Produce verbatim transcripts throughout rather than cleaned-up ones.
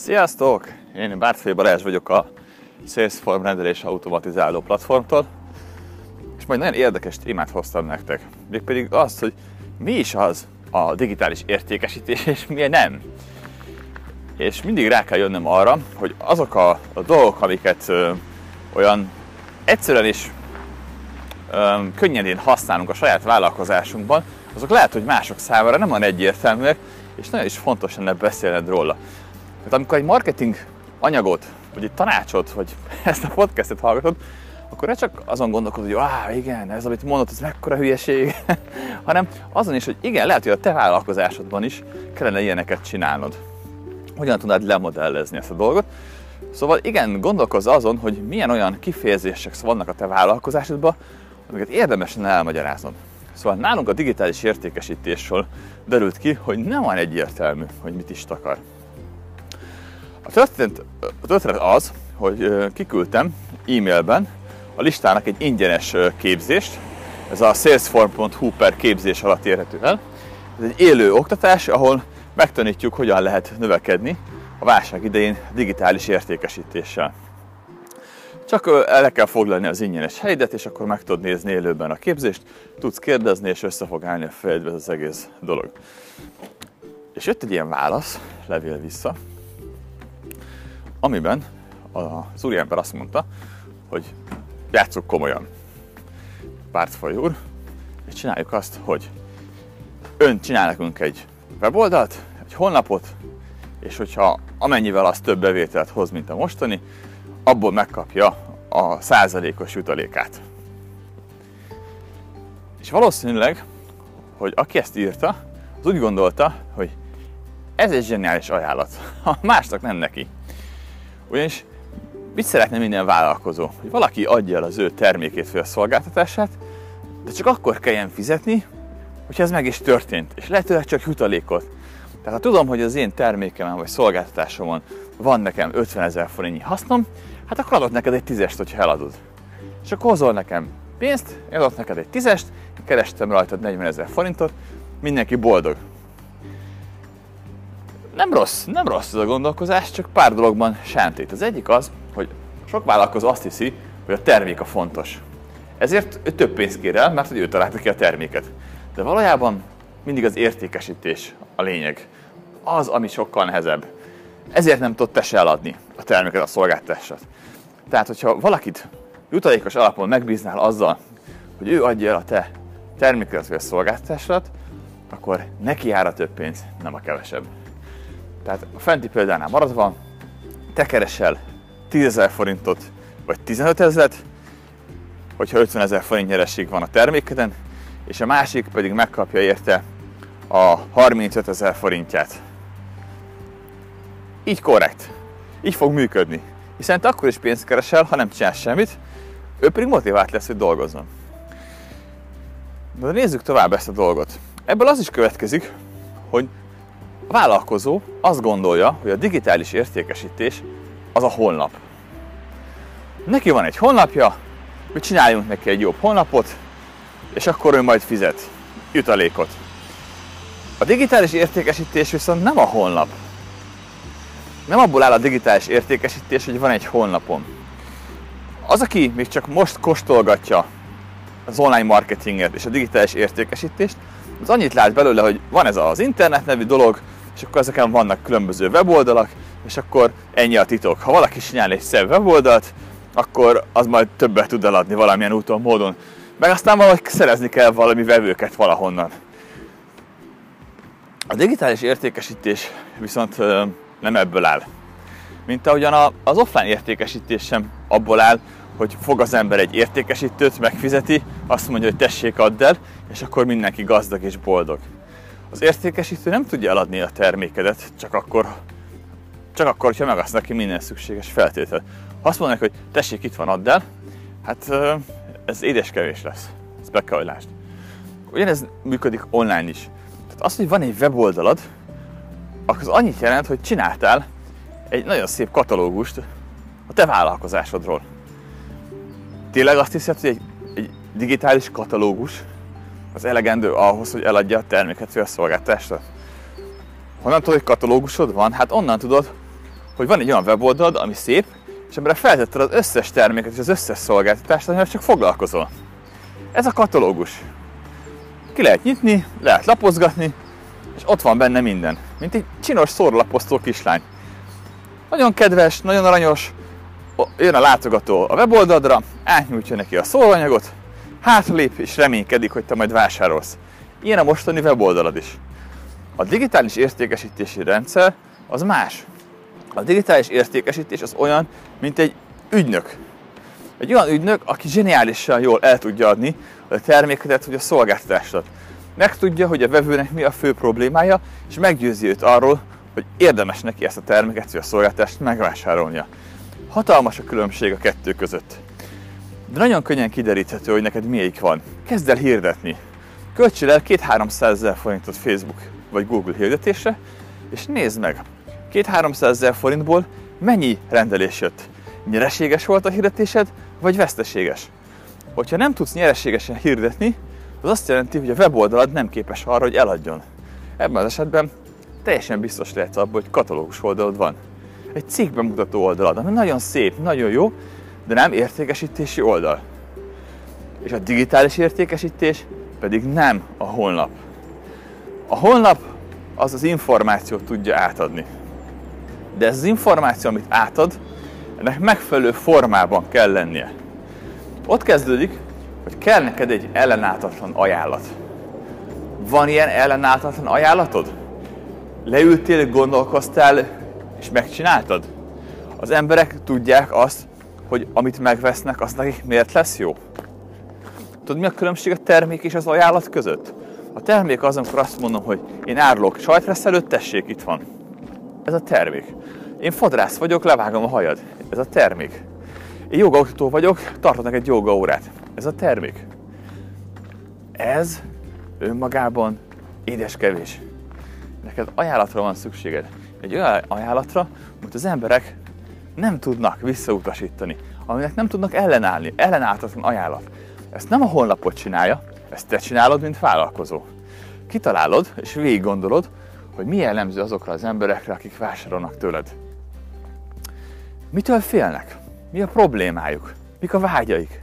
Sziasztok! Én Bártfai Balázs vagyok a Salesforce rendelés automatizáló platformtól, és majd nagyon érdekes témát hoztam nektek. Mégpedig azt, hogy mi is az a digitális értékesítés, és mi nem. És mindig rá kell jönnöm arra, hogy azok a, a dolgok, amiket ö, olyan egyszerűen és ö, könnyedén használunk a saját vállalkozásunkban, azok lehet, hogy mások számára nem olyan egyértelműek, és nagyon is fontos lenne beszélned róla. Tehát amikor egy marketing anyagot, vagy egy tanácsot, vagy ezt a podcastet hallgatod, akkor ne csak azon gondolkodod, hogy áh, igen, ez amit mondod, ez mekkora hülyeség, hanem azon is, hogy igen, lehet, hogy a te vállalkozásodban is kellene ilyeneket csinálnod. Hogyan tudnád lemodellezni ezt a dolgot? Szóval igen, gondolkozz azon, hogy milyen olyan kifejezések vannak a te vállalkozásodban, amiket érdemes lenne elmagyaráznod. Szóval nálunk a digitális értékesítésről derült ki, hogy nem olyan egyértelmű, hogy mit is takar. A történet, a történet az, hogy kiküldtem e-mailben a listának egy ingyenes képzést, ez a salesforce pont hu per képzés alatt érhető el. Ez egy élő oktatás, ahol megtanítjuk, hogyan lehet növekedni a válság idején digitális értékesítéssel. Csak el kell foglalni az ingyenes helyedet, és akkor meg tudod nézni élőben a képzést, tudsz kérdezni, és össze fog állni a fejedbe az egész dolog. És jött egy ilyen válasz, levél vissza, amiben az úriember azt mondta, hogy játsszuk komolyan, Bártfai úr, és csináljuk azt, hogy ön csinál nekünk egy weboldalt, egy honlapot, és hogyha amennyivel az több bevételt hoz, mint a mostani, abból megkapja a százalékos jutalékát. És valószínűleg, hogy aki ezt írta, az úgy gondolta, hogy ez egy zseniális ajánlat, ha másnak nem neki. Ugyanis mit szeretne minden vállalkozó? Hogy valaki adja el az ő termékét vagy a szolgáltatását, de csak akkor kelljen fizetni, hogyha ez meg is történt, és lehetőleg csak jutalékot. Tehát ha tudom, hogy az én termékemen vagy szolgáltatásomon van nekem ötvenezer forintnyi hasznom, hát akkor adok neked egy tízest, hogyha eladod. És akkor hozol nekem pénzt, én adok neked egy tízest, kerestem rajtad negyvenezer forintot, mindenki boldog. Nem rossz, nem rossz ez a gondolkozás, csak pár dologban sántít. Az egyik az, hogy sok vállalkozó azt hiszi, hogy a termék a fontos. Ezért ő több pénzt kér el, mert hogy ő találta ki a terméket. De valójában mindig az értékesítés a lényeg. Az, ami sokkal nehezebb. Ezért nem tudod te se eladni a terméket, a szolgáltatását. Tehát, hogyha valakit jutalékos alapon megbíznál azzal, hogy ő adja el a te terméket vagy a szolgáltatásodat, akkor neki jár a több pénz, nem a kevesebb. Tehát a fenti példánál maradva, te keresel tízezer forintot vagy tizenötezret, hogyha ötvenezer forint nyereség van a termékeden, és a másik pedig megkapja érte a harmincötezer forintját. Így korrekt. Így fog működni. Hiszen te akkor is pénzt keresel, ha nem csinálsz semmit, ő pedig motivált lesz, hogy dolgozzon. De nézzük tovább ezt a dolgot. Ebből az is következik, hogy a vállalkozó azt gondolja, hogy a digitális értékesítés az a honlap. Neki van egy honlapja, hogy csináljunk neki egy jobb honlapot, és akkor ő majd fizet jutalékot. A digitális értékesítés viszont nem a honlap. Nem abból áll a digitális értékesítés, hogy van egy honlapom. Az, aki még csak most kóstolgatja az online marketinget és a digitális értékesítést, az annyit lát belőle, hogy van ez az internet nevű dolog, és akkor ezeken vannak különböző weboldalak, és akkor ennyi a titok. Ha valaki csinál egy szebb weboldalt, akkor az majd többet tud eladni valamilyen úton, módon. Meg aztán valahogy szerezni kell valami vevőket valahonnan. A digitális értékesítés viszont nem ebből áll. Mint ahogyan az offline értékesítés sem abból áll, hogy fog az ember egy értékesítőt, megfizeti, azt mondja, hogy tessék, add el, és akkor mindenki gazdag és boldog. Az értékesítő nem tudja eladni a termékedet, csak akkor, csak akkor, hogyha megadsz neki minden szükséges feltétel. Ha azt mondják, hogy tessék, itt van, add el, hát ez édeskevés lesz. Ezt be kell, hogy lásd. Ugyanez működik online is. Tehát az, hogy van egy weboldalad, az annyit jelent, hogy csináltál egy nagyon szép katalógust a te vállalkozásodról. Tényleg azt hiszed, hogy egy, egy digitális katalógus az elegendő ahhoz, hogy eladja a terméket vagy a szolgáltatást? Honnan tudod, hogy katalógusod van? Hát onnan tudod, hogy van egy olyan weboldalad, ami szép, és amire feltetted az összes terméket és az összes szolgáltatást, amivel csak foglalkozol. Ez a katalógus. Ki lehet nyitni, lehet lapozgatni, és ott van benne minden. Mint egy csinos szórólapoztó kislány. Nagyon kedves, nagyon aranyos, jön a látogató a weboldaldra, átnyújtja neki a szóróanyagot, hátralép és reménykedik, hogy te majd vásárolsz. Ilyen a mostani weboldalad is. A digitális értékesítési rendszer az más. A digitális értékesítés az olyan, mint egy ügynök. Egy olyan ügynök, aki zseniálisan jól el tudja adni a termékedet vagy a szolgáltatásodat. Megtudja, hogy a vevőnek mi a fő problémája, és meggyőzi őt arról, hogy érdemes neki ezt a terméket vagy a szolgáltatást megvásárolnia. Hatalmas a különbség a kettő között. De nagyon könnyen kideríthető, hogy neked milyik van. Kezd el hirdetni. Költsél el két-háromszázezer forintot Facebook vagy Google hirdetésre, és nézd meg, két-háromszázezer forintból mennyi rendelés jött. Nyereséges volt a hirdetésed, vagy veszteséges? Hogyha nem tudsz nyereségesen hirdetni, az azt jelenti, hogy a weboldalad nem képes arra, hogy eladjon. Ebben az esetben teljesen biztos lehetsz abban, hogy katalógus oldalad van. Egy cikkbemutató oldalad, ami nagyon szép, nagyon jó, de nem értékesítési oldal. És a digitális értékesítés pedig nem a honlap. A honlap az az információt tudja átadni. De ez az információ, amit átad, ennek megfelelő formában kell lennie. Ott kezdődik, hogy kell neked egy ellenállhatatlan ajánlat. Van ilyen ellenállhatatlan ajánlatod? Leültél, gondolkoztál, és megcsináltad? Az emberek tudják azt, hogy amit megvesznek, az nekik miért lesz jó? Tudod, mi a különbség a termék és az ajánlat között? A termék az, amikor azt mondom, hogy én árulok sajtreszelőt, tessék, itt van. Ez a termék. Én fodrász vagyok, levágom a hajad. Ez a termék. Én jogaoktató vagyok, tartok neked egy jogaórát. Ez a termék. Ez önmagában édeskevés. Neked ajánlatra van szükséged. Egy olyan ajánlatra, amit az emberek nem tudnak visszautasítani, aminek nem tudnak ellenállni, ellenállhatatlan ajánlat. Ezt nem a honlapot csinálja, ezt te csinálod, mint vállalkozó. Kitalálod és végig gondolod, hogy mi jellemző azokra az emberekre, akik vásárolnak tőled. Mitől félnek? Mi a problémájuk? Mik a vágyaik?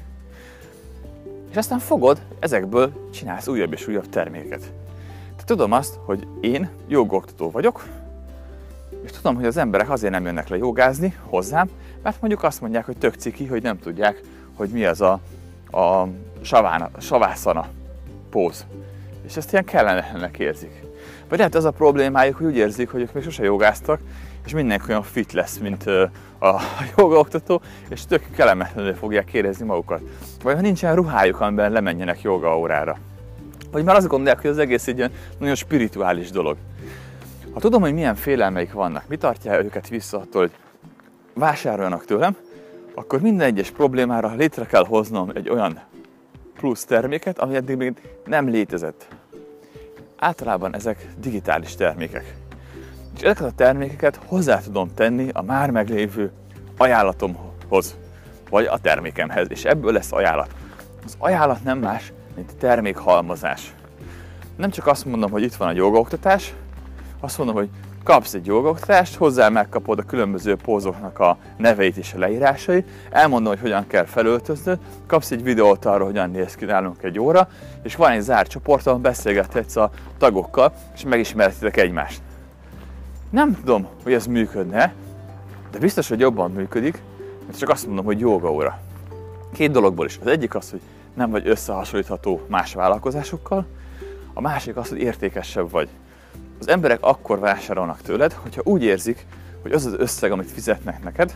És aztán fogod, ezekből csinálsz újabb és újabb terméket. Te tudom azt, hogy én jogoktató vagyok, és tudom, hogy az emberek azért nem jönnek le jogázni hozzám, mert mondjuk azt mondják, hogy tök ciki, hogy nem tudják, hogy mi az a, a savána, savászana póz. És ezt ilyen kellemetlennek érzik. Vagy lehet az a problémájuk, hogy úgy érzik, hogy ők még sose jogáztak, és mindenki olyan fit lesz, mint a jogaoktató, és tök kellemetlenül fogják érezni magukat. Vagy ha nincsen ruhájuk, amiben lemenjenek jogaórára. Vagy már azt gondolják, hogy az egész egy ilyen nagyon spirituális dolog. Ha tudom, hogy milyen félelmeik vannak, mi tartja őket vissza attól, hogy vásároljanak tőlem, akkor minden egyes problémára létre kell hoznom egy olyan plusz terméket, ami eddig még nem létezett. Általában ezek digitális termékek. És ezeket a termékeket hozzá tudom tenni a már meglévő ajánlatomhoz, vagy a termékemhez, és ebből lesz ajánlat. Az ajánlat nem más, mint termékhalmozás. Nem csak azt mondom, hogy itt van a jogaoktatás, azt mondom, hogy kapsz egy jogaoktatást, hozzá megkapod a különböző pózoknak a neveit és a leírásait, elmondom, hogy hogyan kell felöltöznöd, kapsz egy videót arról, hogyan néz ki nálunk egy óra, és van egy zárt csoport, ahol beszélgethetsz a tagokkal, és megismerhetitek egymást. Nem tudom, hogy ez működne, de biztos, hogy jobban működik, mert csak azt mondom, hogy jogaóra. Két dologból is. Az egyik az, hogy nem vagy összehasonlítható más vállalkozásokkal, a másik az, hogy értékesebb vagy. Az emberek akkor vásárolnak tőled, hogyha úgy érzik, hogy az az összeg, amit fizetnek neked,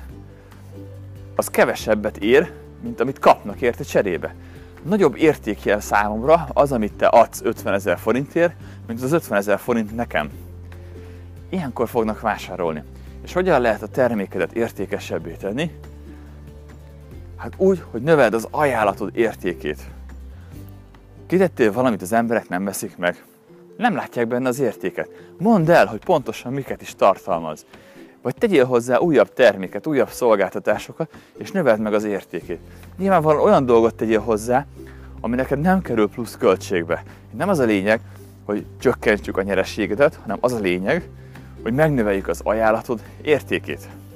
az kevesebbet ér, mint amit kapnak érte cserébe. Nagyobb értékjel számomra az, amit te adsz ötvenezer forintért, mint az ötvenezer forint nekem. Ilyenkor fognak vásárolni. És hogyan lehet a termékedet értékesebbé tenni? Hát úgy, hogy növeld az ajánlatod értékét. Kitettél valamit, az emberek nem veszik meg. Nem látják benne az értéket. Mondd el, hogy pontosan miket is tartalmaz. Vagy tegyél hozzá újabb terméket, újabb szolgáltatásokat, és növeld meg az értékét. Nyilvánvalóan olyan dolgot tegyél hozzá, ami neked nem kerül plusz költségbe. Nem az a lényeg, hogy csökkentsük a nyerességedet, hanem az a lényeg, hogy megnöveljük az ajánlatod értékét.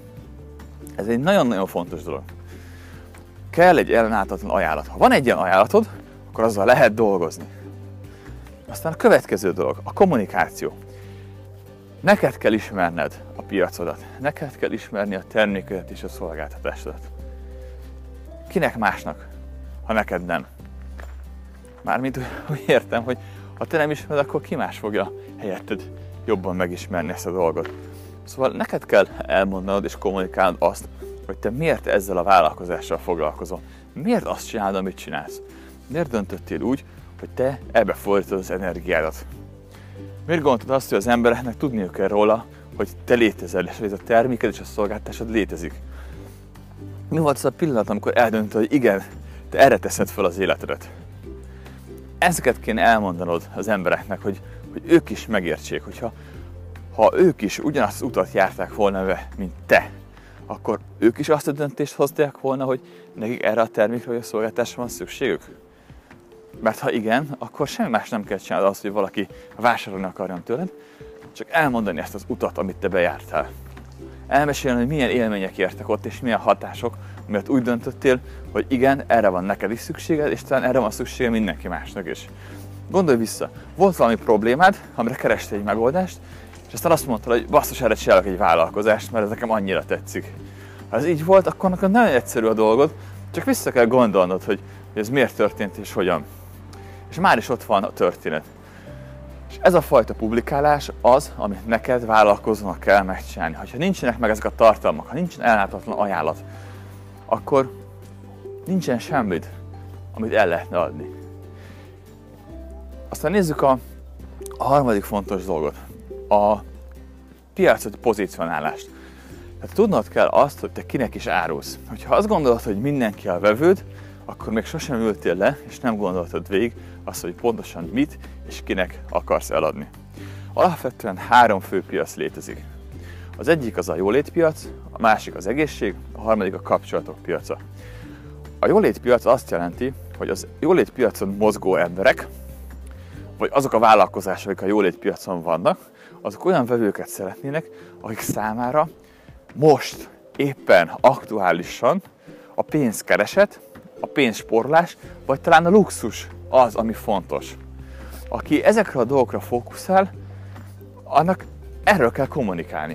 Ez egy nagyon-nagyon fontos dolog. Kell egy ellenállhatatlan ajánlat. Ha van egy ilyen ajánlatod, akkor azzal lehet dolgozni. Aztán a következő dolog, a kommunikáció. Neked kell ismerned a piacodat, neked kell ismerni a termékedet és a szolgáltatásodat. Kinek másnak, ha neked nem? Mármint úgy értem, hogy ha te nem ismered, akkor ki más fogja helyetted jobban megismerni ezt a dolgot. Szóval neked kell elmondanod és kommunikálnod azt, hogy te miért ezzel a vállalkozással foglalkozol. Miért azt csinálod, amit csinálsz? Miért döntöttél úgy, hogy te ebbe fordítod az energiádat? Miért gondoltad azt, hogy az embereknek tudniuk kell róla, hogy te létezel, és hogy ez a terméked és a szolgáltatásod létezik? Mi volt az a pillanat, amikor eldöntöd, hogy igen, te erre teszed fel az életedet? Ezeket kéne elmondanod az embereknek, hogy, hogy ők is megértsék, hogyha ha ők is ugyanazt az utat járták volna be, mint te, akkor ők is azt a döntést hozták volna, hogy nekik erre a termékre vagy a szolgáltatásra van szükségük? Mert ha igen, akkor semmi más nem kell csinálni az, hogy valaki vásárolni akarjon tőled, csak elmondani ezt az utat, amit te bejártál. Elmesélni, hogy milyen élmények értek ott, és milyen hatások, miatt úgy döntöttél, hogy igen, erre van neked is szükséged, és talán erre van szüksége mindenki másnak is. Gondolj vissza, volt valami problémád, amire kerestél egy megoldást, és aztán azt mondtad, hogy basszus, erre csinálok egy vállalkozást, mert ez nekem annyira tetszik. Ha ez így volt, akkor neked nagyon egyszerű a dolgod, csak vissza kell gondolnod, hogy ez miért történt és hogyan. És már is ott van a történet. És ez a fajta publikálás az, amit neked vállalkozónak kell megcsinálni. Ha nincsenek meg ezek a tartalmak, ha nincsen ellátatlan ajánlat, akkor nincsen semmit, amit el lehetne adni. Aztán nézzük a, a harmadik fontos dolgot, a piaci pozícionálást. Tehát tudnod kell azt, hogy te kinek is árulsz. Hogyha azt gondolod, hogy mindenki a vevőd, akkor még sosem ültél le, és nem gondoltad végig azt, hogy pontosan mit és kinek akarsz eladni. Alapvetően három fő piac létezik. Az egyik az a jólétpiac, a másik az egészség, a harmadik a kapcsolatok piaca. A jólétpiac azt jelenti, hogy az jólétpiacon mozgó emberek, vagy azok a vállalkozások, akik a jólétpiacon vannak, azok olyan vevőket szeretnének, akik számára most, éppen, aktuálisan a pénzkereset, a pénzspórolás, vagy talán a luxus az, ami fontos. Aki ezekre a dolgokra fókuszál, annak erről kell kommunikálni.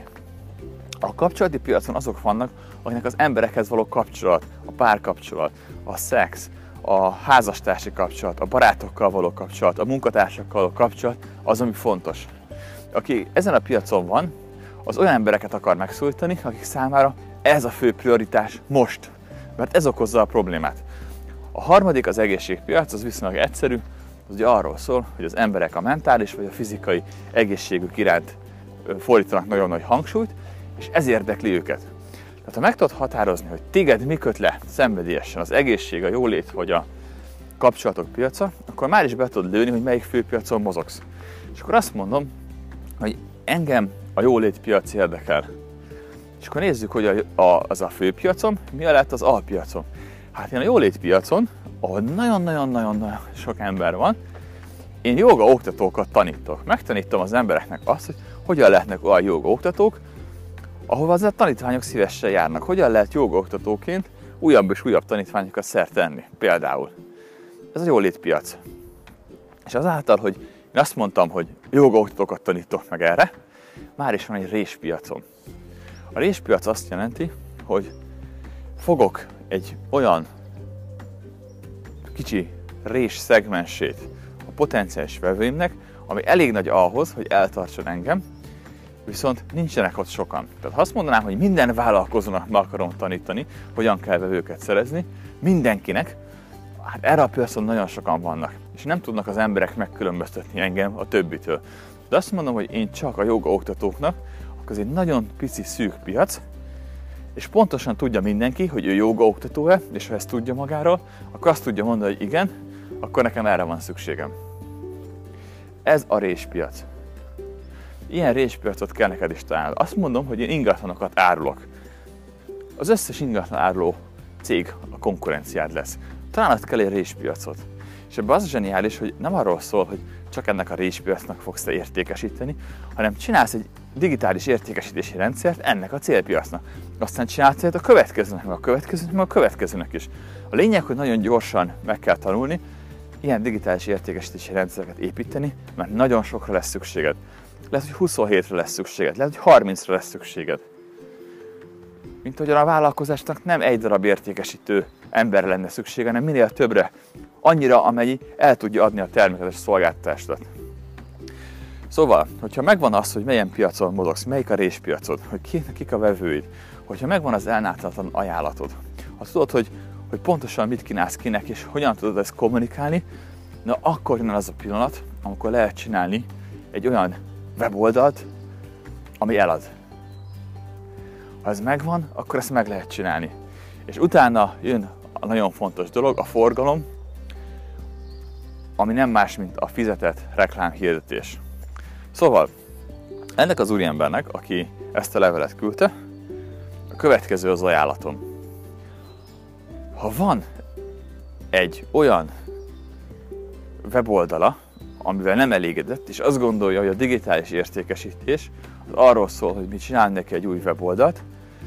A kapcsolati piacon azok vannak, akiknek az emberekhez való kapcsolat, a párkapcsolat, a szex, a házastársi kapcsolat, a barátokkal való kapcsolat, a munkatársakkal való kapcsolat az, ami fontos. Aki ezen a piacon van, az olyan embereket akar megszólítani, akik számára ez a fő prioritás most, mert ez okozza a problémát. A harmadik, az egészségpiac, az viszonylag egyszerű, az ugye arról szól, hogy az emberek a mentális vagy a fizikai egészségük iránt fordítanak nagyon nagy hangsúlyt, és ez érdekli őket. Tehát ha meg tudod határozni, hogy téged mi köt le szenvedélyesen, az egészség, a jólét vagy a kapcsolatok piaca, akkor már is be tudod lőni, hogy melyik főpiacon mozogsz. És akkor azt mondom, hogy engem a jólétpiac érdekel. És akkor nézzük, hogy a, a, az a főpiacon, mi lett az alpiacon. Hát én a jólétpiacon, ahol nagyon-nagyon-nagyon sok ember van, én jóga oktatókat tanítok. Megtanítom az embereknek azt, hogy hogyan lehetnek olyan jóga oktatók, ahova az a tanítványok szívesen járnak. Hogyan lehet jóga oktatóként újabb és újabb tanítványokat szert tenni. Például. Ez a jólétpiac. És azáltal, hogy én azt mondtam, hogy jóga oktatókat tanítok meg erre, már is van egy réspiacom. A réspiac azt jelenti, hogy fogok egy olyan kicsi rés szegmensét a potenciális vevőimnek, ami elég nagy ahhoz, hogy eltartson engem, viszont nincsenek ott sokan. Tehát ha azt mondanám, hogy minden vállalkozónak meg akarom tanítani, hogyan kell vevőket szerezni, mindenkinek, hát erre a piacon nagyon sokan vannak, és nem tudnak az emberek megkülönböztetni engem a többitől. De azt mondom, hogy én csak a jóga oktatóknak, akkor ez egy nagyon pici szűk piac, és pontosan tudja mindenki, hogy ő jóga oktató-e, és ha ezt tudja magáról, akkor azt tudja mondani, hogy igen, akkor nekem erre van szükségem. Ez a réspiac. Ilyen réspiacot kell neked is találnod. Azt mondom, hogy én ingatlanokat árulok. Az összes ingatlan áruló cég a konkurenciád lesz. Találnod kell egy réspiacot. És És ebben az a zseniális, hogy nem arról szól, hogy csak ennek a réspiacnak fogsz te értékesíteni, hanem csinálsz egy digitális értékesítési rendszert ennek a célpiacnak. Aztán csinálsz egyet a következőnek, meg a következőnek, meg a következőnek is. A lényeg, hogy nagyon gyorsan meg kell tanulni, ilyen digitális értékesítési rendszereket építeni, mert nagyon sokra lesz szükséged. Lehet, hogy huszonhétre lesz szükséged, lehet, hogy harmincra lesz szükséged. Mint ahogyan a vállalkozásnak nem egy darab értékesítő emberre lenne szüksége, hanem minél többre, annyira, amennyi el tudja adni a terméket és szolgáltatást. Szóval, hogyha megvan az, hogy milyen piacon mozogsz, melyik a réspiacod, hogy kik, kik a vevőid, hogyha megvan az ellátatlan ajánlatod, ha tudod, hogy, hogy pontosan mit kínálsz kinek és hogyan tudod ezt kommunikálni, na akkor jön az a pillanat, amikor lehet csinálni egy olyan weboldalt, ami elad. Ha ez megvan, akkor ezt meg lehet csinálni. És utána jön a nagyon fontos dolog, a forgalom, ami nem más, mint a fizetett reklámhirdetés. Szóval, ennek az úriembernek, aki ezt a levelet küldte, a következő az ajánlatom. Ha van egy olyan weboldala, amivel nem elégedett, és azt gondolja, hogy a digitális értékesítés az arról szól, hogy mi csinálunk neki egy új weboldalt,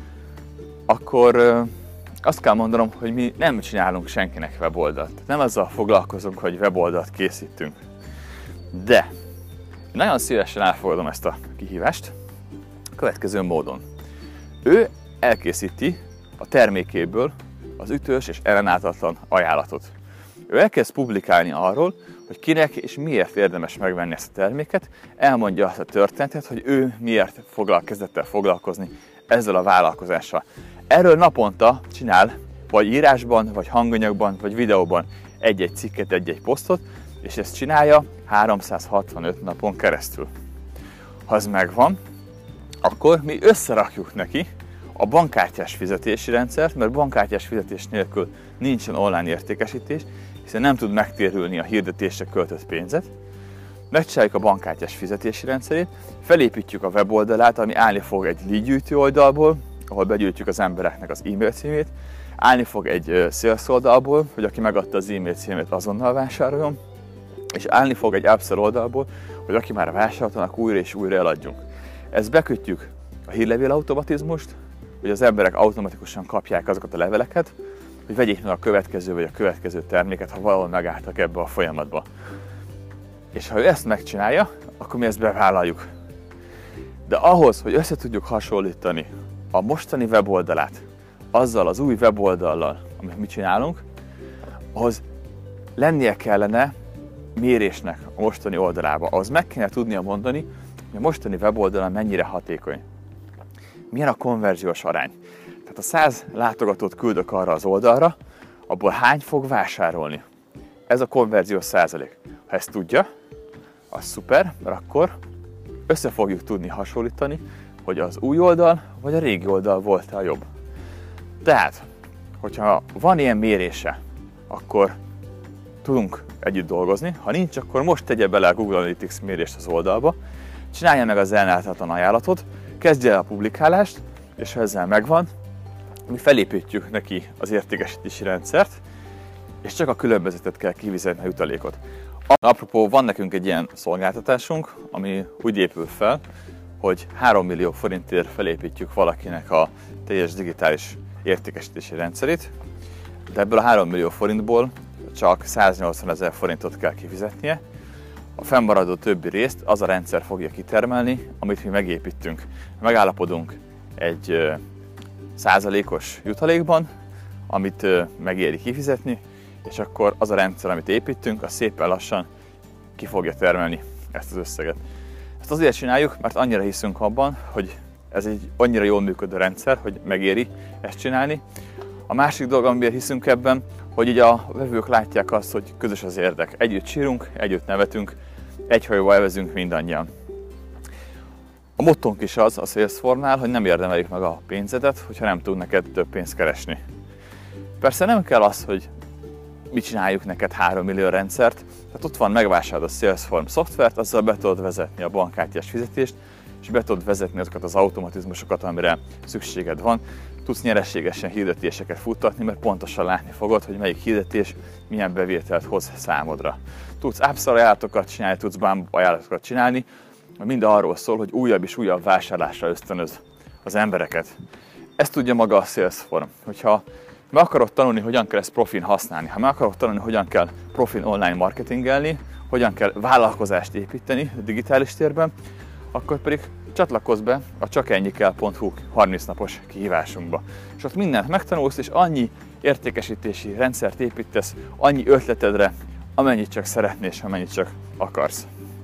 akkor azt kell mondanom, hogy mi nem csinálunk senkinek weboldalt. Nem azzal foglalkozunk, hogy weboldalt készítünk. De nagyon szívesen elfogadom ezt a kihívást a következő módon. Ő elkészíti a termékéből az ütős és ellenállhatatlan ajánlatot. Ő elkezd publikálni arról, hogy kinek és miért érdemes megvenni ezt a terméket, elmondja azt a történetet, hogy ő miért foglal, kezdett el foglalkozni ezzel a vállalkozással. Erről naponta csinál, vagy írásban, vagy hanganyagban, vagy videóban egy-egy cikket, egy-egy posztot, és ezt csinálja háromszázhatvanöt napon keresztül. Ha ez megvan, akkor mi összerakjuk neki a bankkártyás fizetési rendszert, mert bankkártyás fizetés nélkül nincsen online értékesítés, hiszen nem tud megtérülni a hirdetésre költött pénzet. Megcsináljuk a bankkártyás fizetési rendszerét, felépítjük a weboldalát, ami állni fog egy lead gyűjtő oldalból, ahol begyűjtjük az embereknek az e-mail címét, állni fog egy sales oldalból, hogy aki megadta az e-mail címét azonnal vásároljon, és állni fog egy upsell oldalból, hogy aki már vásároltanak újra és újra eladjunk. Ezt bekötjük a hírlevél automatizmust, hogy az emberek automatikusan kapják azokat a leveleket, hogy vegyék meg a következő vagy a következő terméket, ha valahol megálltak ebbe a folyamatba. És ha ő ezt megcsinálja, akkor mi ezt bevállaljuk. De ahhoz, hogy össze tudjuk hasonlítani a mostani weboldalát azzal az új weboldallal, amit mi csinálunk, ahhoz lennie kellene mérésnek a mostani oldalába. Ahhoz meg kéne tudnia mondani, hogy a mostani weboldalon mennyire hatékony. Milyen a konverziós arány. Tehát a száz látogatót küldök arra az oldalra, abból hány fog vásárolni. Ez a konverziós százalék. Ha ezt tudja, az szuper, mert akkor össze fogjuk tudni hasonlítani, hogy az új oldal vagy a régi oldal volt a jobb. Tehát, hogyha van ilyen mérése, akkor tudunk együtt dolgozni. Ha nincs, akkor most tegye bele a Google Analytics mérést az oldalba, csinálja meg az ellenállhatatlan ajánlatot, kezdje el a publikálást, és ha ezzel megvan, mi felépítjük neki az értékesítési rendszert, és csak a különbözetet kell kifizetni a jutalékot. Apropó, van nekünk egy ilyen szolgáltatásunk, ami úgy épül fel, hogy három millió forintért felépítjük valakinek a teljes digitális értékesítési rendszerét, de ebből a három millió forintból csak száznyolcvanezer forintot kell kifizetnie. A fennmaradó többi részt az a rendszer fogja kitermelni, amit mi megépítünk. Megállapodunk egy százalékos jutalékban, amit megéri kifizetni, és akkor az a rendszer, amit építünk, az szépen lassan ki fogja termelni ezt az összeget. Ezt azért csináljuk, mert annyira hiszünk abban, hogy ez egy annyira jól működő rendszer, hogy megéri ezt csinálni. A másik dolog, amiért hiszünk ebben, hogy így a vevők látják azt, hogy közös az érdek. Együtt sírunk, együtt nevetünk, egy hajóval elvezünk mindannyian. A mottónk is az a Salesforce-nál, hogy nem érdemeljük meg a pénzedet, hogyha nem tud neked több pénzt keresni. Persze nem kell az, hogy mi csináljuk neked három millió rendszert, tehát ott van, megvásárolod a Salesforce szoftvert, azzal be tudod vezetni a bankkártyás fizetést, és be tudod vezetni azokat az automatizmusokat, amire szükséged van. tudsz nyereségesen hirdetéseket futtatni, mert pontosan látni fogod, hogy melyik hirdetés milyen bevételt hoz számodra. Tudsz upsell ajánlatokat csinálni, tudsz bump ajánlatokat csinálni, mind arról szól, hogy újabb és újabb vásárlásra ösztönöz az embereket. Ezt tudja maga a Salesforce. Hogyha meg akarod tanulni, hogyan kell ezt profin használni, ha meg akarod tanulni, hogyan kell profin online marketingelni, hogyan kell vállalkozást építeni a digitális térben, akkor pedig csatlakozz be a csak ennyi kell pont hu harminc napos kihívásunkba. És ott mindent megtanulsz, és annyi értékesítési rendszert építesz, annyi ötletedre, amennyit csak szeretnél, és amennyit csak akarsz.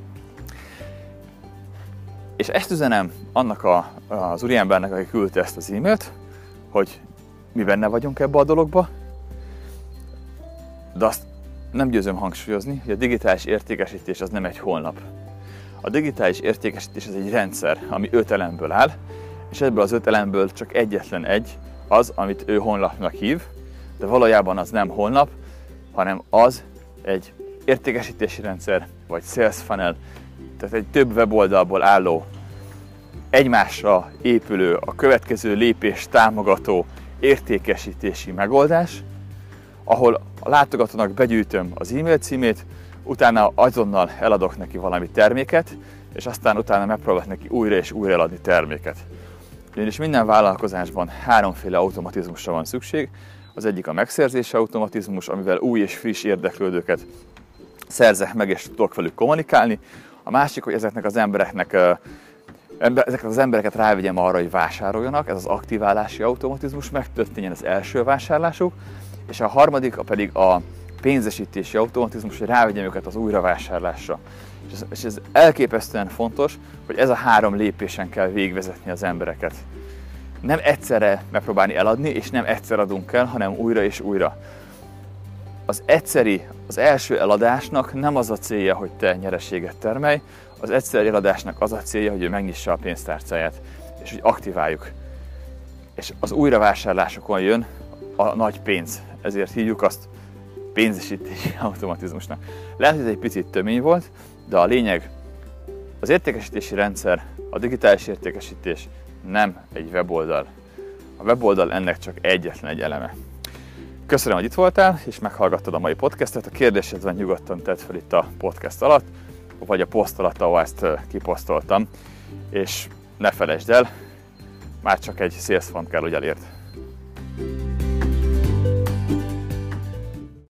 És ezt üzenem annak a, az úriembernek, aki küldte ezt az e-mailt, hogy mi benne vagyunk ebbe a dologba, de azt nem győzöm hangsúlyozni, hogy a digitális értékesítés az nem egy holnap. A digitális értékesítés az egy rendszer, ami öt elemből áll, és ebből az öt elemből csak egyetlen egy az, amit ő honlapnak hív, de valójában az nem honlap, hanem az egy értékesítési rendszer, vagy sales funnel, tehát egy több weboldalból álló, egymásra épülő, a következő lépés támogató értékesítési megoldás, ahol a látogatónak begyűjtöm az e-mail címét, utána azonnal eladok neki valami terméket, és aztán utána megpróbálok neki újra és újra eladni terméket. Ugyanis minden vállalkozásban háromféle automatizmusra van szükség. Az egyik a megszerzési automatizmus, amivel új és friss érdeklődőket szerzek meg, és tudok velük kommunikálni. A másik, hogy ezeknek az embereknek, ezeket az embereket rávigyem arra, hogy vásároljanak, ez az aktiválási automatizmus, megtörténjen az első vásárlásuk. És a harmadik pedig a pénzesítési automatizmus, hogy rávigyem őket az újravásárlásra. És ez, és ez elképesztően fontos, hogy ez a három lépésen kell végigvezetni az embereket. Nem egyszerre megpróbálni eladni, és nem egyszer adunk el, hanem újra és újra. Az egyszeri, az első eladásnak nem az a célja, hogy te nyereséget termelj, az egyszeri eladásnak az a célja, hogy ő megnyissa a pénztárcáját, és hogy aktiváljuk. És az újravásárlásokon jön a nagy pénz, ezért hívjuk azt pénzesítési automatizmusnak. Lehet, hogy ez egy picit tömény volt, de a lényeg, az értékesítési rendszer, a digitális értékesítés nem egy weboldal. A weboldal ennek csak egyetlen egy eleme. Köszönöm, hogy itt voltál, és meghallgattad a mai podcastet. A kérdésedben nyugodtan tedd fel itt a podcast alatt, vagy a poszt alatt, ahol ezt kiposztoltam. És ne felejtsd el, már csak egy Salesforce kell, hogy elérd.